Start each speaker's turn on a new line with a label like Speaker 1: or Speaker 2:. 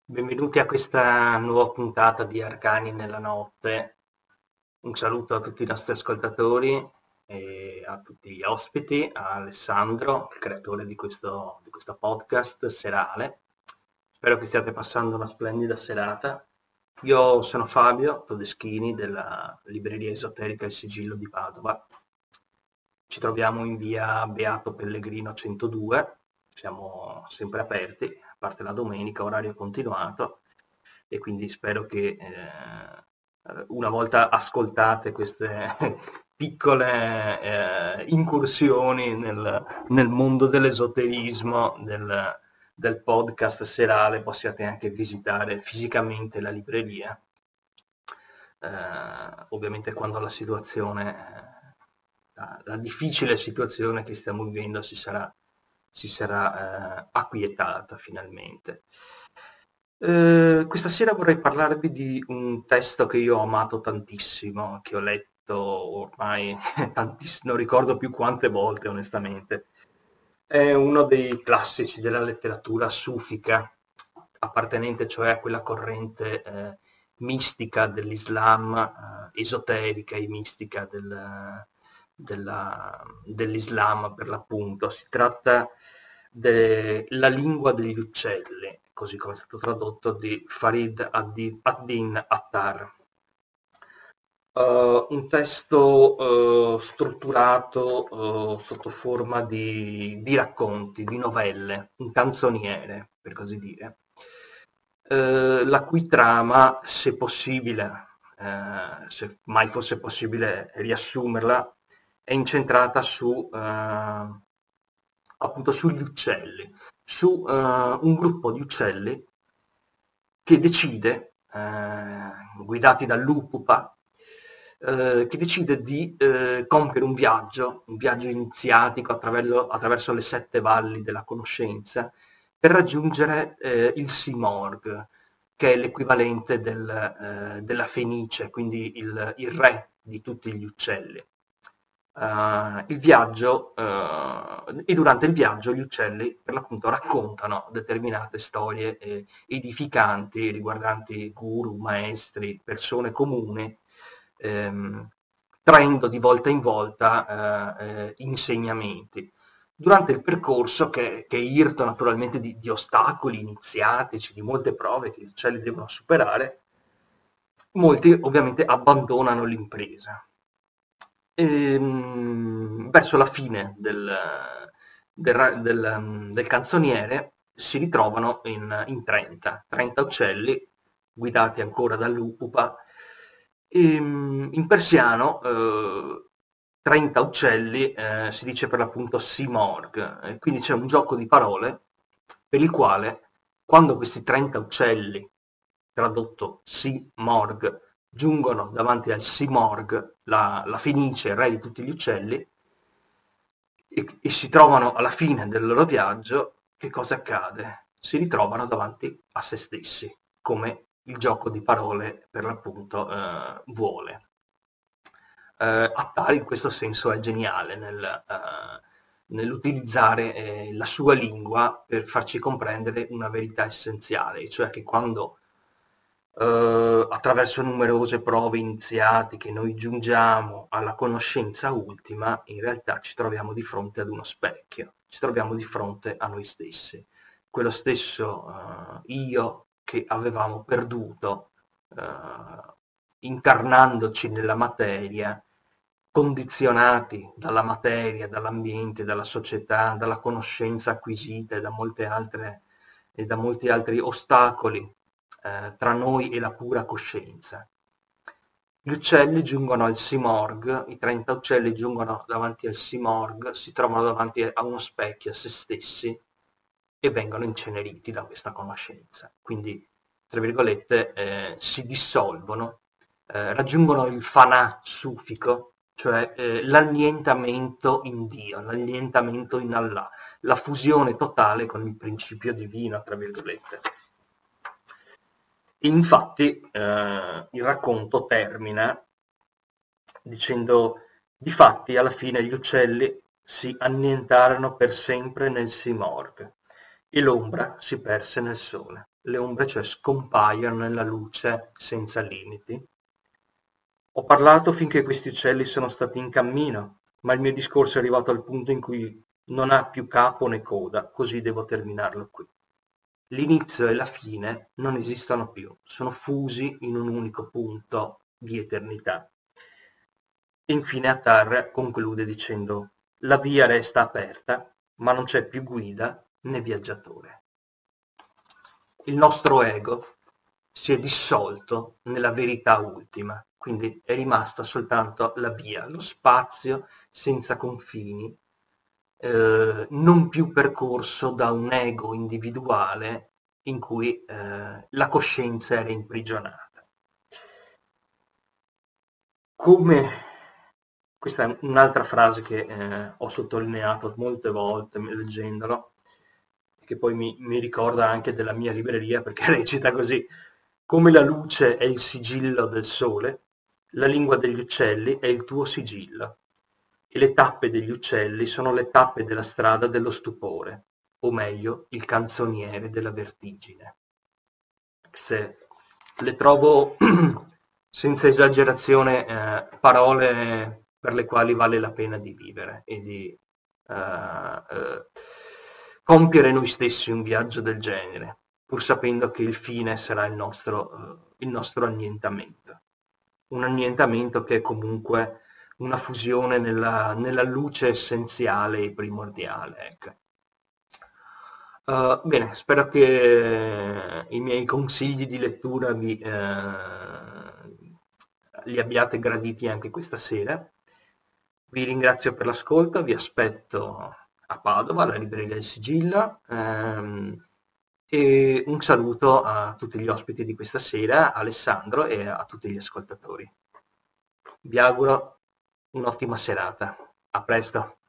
Speaker 1: Benvenuti a questa nuova puntata di Arcani nella notte. Un saluto a tutti i nostri ascoltatori e a tutti gli ospiti, a Alessandro, il creatore di questo podcast serale. Spero che stiate passando una splendida serata. Io sono Fabio Todeschini della libreria esoterica Il Sigillo di Padova. Ci troviamo in via Beato Pellegrino 102, siamo sempre aperti, a parte la domenica, orario continuato, e quindi spero che una volta ascoltate queste piccole incursioni nel mondo dell'esoterismo, del podcast serale, possiate anche visitare fisicamente la libreria. Ovviamente quando la difficile situazione che stiamo vivendo si sarà acquietata finalmente. Questa sera vorrei parlarvi di un testo che io ho amato tantissimo, che ho letto ormai non ricordo più quante volte onestamente. È uno dei classici della letteratura sufica, appartenente cioè a quella corrente mistica dell'Islam, esoterica e mistica dell'Islam per l'appunto. Si tratta della lingua degli uccelli, così come è stato tradotto, di Farid ad-Din Attar. Un testo strutturato sotto forma di racconti, di novelle, un canzoniere, per così dire, la cui trama, se possibile, se mai fosse possibile riassumerla, è incentrata appunto sugli uccelli, su un gruppo di uccelli che decide, guidati dall'Upupa, che decide di compiere un viaggio iniziatico attraverso le sette valli della conoscenza, per raggiungere il Simorg, che è l'equivalente della Fenice, quindi il re di tutti gli uccelli. E durante il viaggio gli uccelli per l'appunto raccontano determinate storie edificanti riguardanti guru, maestri, persone comuni, ehm, traendo di volta in volta insegnamenti. Durante il percorso, che è irto naturalmente di ostacoli iniziatici, di molte prove che gli uccelli devono superare, molti ovviamente abbandonano l'impresa. Verso la fine del canzoniere si ritrovano in 30 uccelli, guidati ancora dall'Upupa, in persiano 30 uccelli si dice per l'appunto Simorg, e quindi c'è un gioco di parole per il quale quando questi 30 uccelli, tradotto Simorg, giungono davanti al Simorg, la Fenice, il re di tutti gli uccelli, e si trovano alla fine del loro viaggio, che cosa accade? Si ritrovano davanti a se stessi, come il gioco di parole per l'appunto vuole. Attar in questo senso è geniale nell'utilizzare la sua lingua per farci comprendere una verità essenziale, cioè che quando attraverso numerose prove iniziatiche noi giungiamo alla conoscenza ultima, in realtà ci troviamo di fronte ad uno specchio, ci troviamo di fronte a noi stessi, quello stesso io che avevamo perduto incarnandoci nella materia, condizionati dalla materia, dall'ambiente, dalla società, dalla conoscenza acquisita e da molti altri ostacoli tra noi e la pura coscienza. Gli uccelli giungono al Simorg, i 30 uccelli giungono davanti al Simorg, si trovano davanti a uno specchio, a se stessi, e vengono inceneriti da questa conoscenza. Quindi, tra virgolette, si dissolvono, raggiungono il fanà sufico, cioè l'annientamento in Dio, l'annientamento in Allah, la fusione totale con il principio divino, tra virgolette. Infatti, il racconto termina dicendo: difatti alla fine gli uccelli si annientarono per sempre nel Simorg e l'ombra si perse nel sole. le ombre cioè scompaiono nella luce senza limiti. Ho parlato finché questi uccelli sono stati in cammino, ma il mio discorso è arrivato al punto in cui non ha più capo né coda, così devo terminarlo qui. L'inizio e la fine non esistono più, sono fusi in un unico punto di eternità. E infine Attar conclude dicendo: la via resta aperta, ma non c'è più guida né viaggiatore. Il nostro ego si è dissolto nella verità ultima, quindi è rimasta soltanto la via, lo spazio senza confini, non più percorso da un ego individuale in cui la coscienza era imprigionata. Come questa è un'altra frase che ho sottolineato molte volte leggendolo, che poi mi ricorda anche della mia libreria perché recita così: come la luce è il sigillo del sole, la lingua degli uccelli è il tuo sigillo, e le tappe degli uccelli sono le tappe della strada dello stupore, o meglio, il canzoniere della vertigine. Queste le trovo, senza esagerazione, parole per le quali vale la pena di vivere e di compiere noi stessi un viaggio del genere, pur sapendo che il fine sarà il nostro annientamento. Un annientamento che è comunque una fusione nella luce essenziale e primordiale, ecco. Bene, spero che i miei consigli di lettura li abbiate graditi anche questa sera. Vi ringrazio per l'ascolto, vi aspetto a Padova, alla Libreria del Sigillo, e un saluto a tutti gli ospiti di questa sera, a Alessandro e a tutti gli ascoltatori. Vi auguro un'ottima serata. A presto.